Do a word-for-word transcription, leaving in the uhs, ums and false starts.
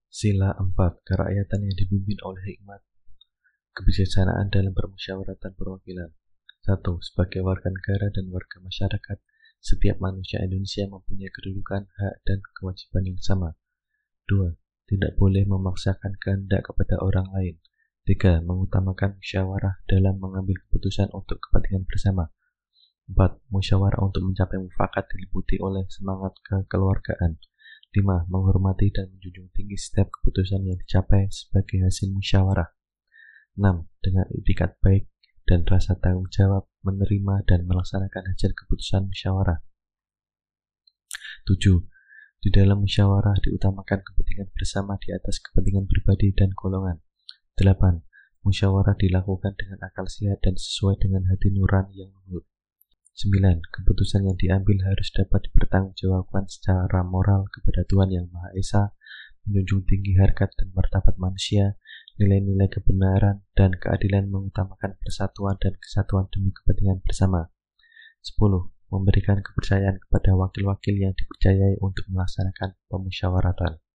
Sila empat. Kerakyatan yang dipimpin oleh hikmat. Kebijaksanaan dalam permusyawaratan perwakilan. Satu. Sebagai warga negara dan warga masyarakat, setiap manusia Indonesia mempunyai kedudukan, hak, dan kewajiban yang sama. Dua. Tidak boleh memaksakan kehendak kepada orang lain. Tiga. Mengutamakan musyawarah dalam mengambil keputusan untuk kepentingan bersama. Empat. Musyawarah untuk mencapai mufakat diliputi oleh semangat kekeluargaan. Lima. Menghormati dan menjunjung tinggi setiap keputusan yang dicapai sebagai hasil musyawarah. Enam. Dengan itikat baik dan rasa tanggung jawab menerima dan melaksanakan hasil keputusan musyawarah. Tujuh. Di dalam musyawarah diutamakan kepentingan bersama di atas kepentingan pribadi dan golongan. Delapan. Musyawarah dilakukan dengan akal sehat dan sesuai dengan hati nurani yang luhur. Sembilan. Keputusan yang diambil harus dapat dipertanggungjawabkan secara moral kepada Tuhan Yang Maha Esa, menjunjung tinggi harkat dan martabat manusia, nilai-nilai kebenaran dan keadilan, mengutamakan persatuan dan kesatuan demi kepentingan bersama. Sepuluh. Memberikan kepercayaan kepada wakil-wakil yang dipercayai untuk melaksanakan pemusyawaratan.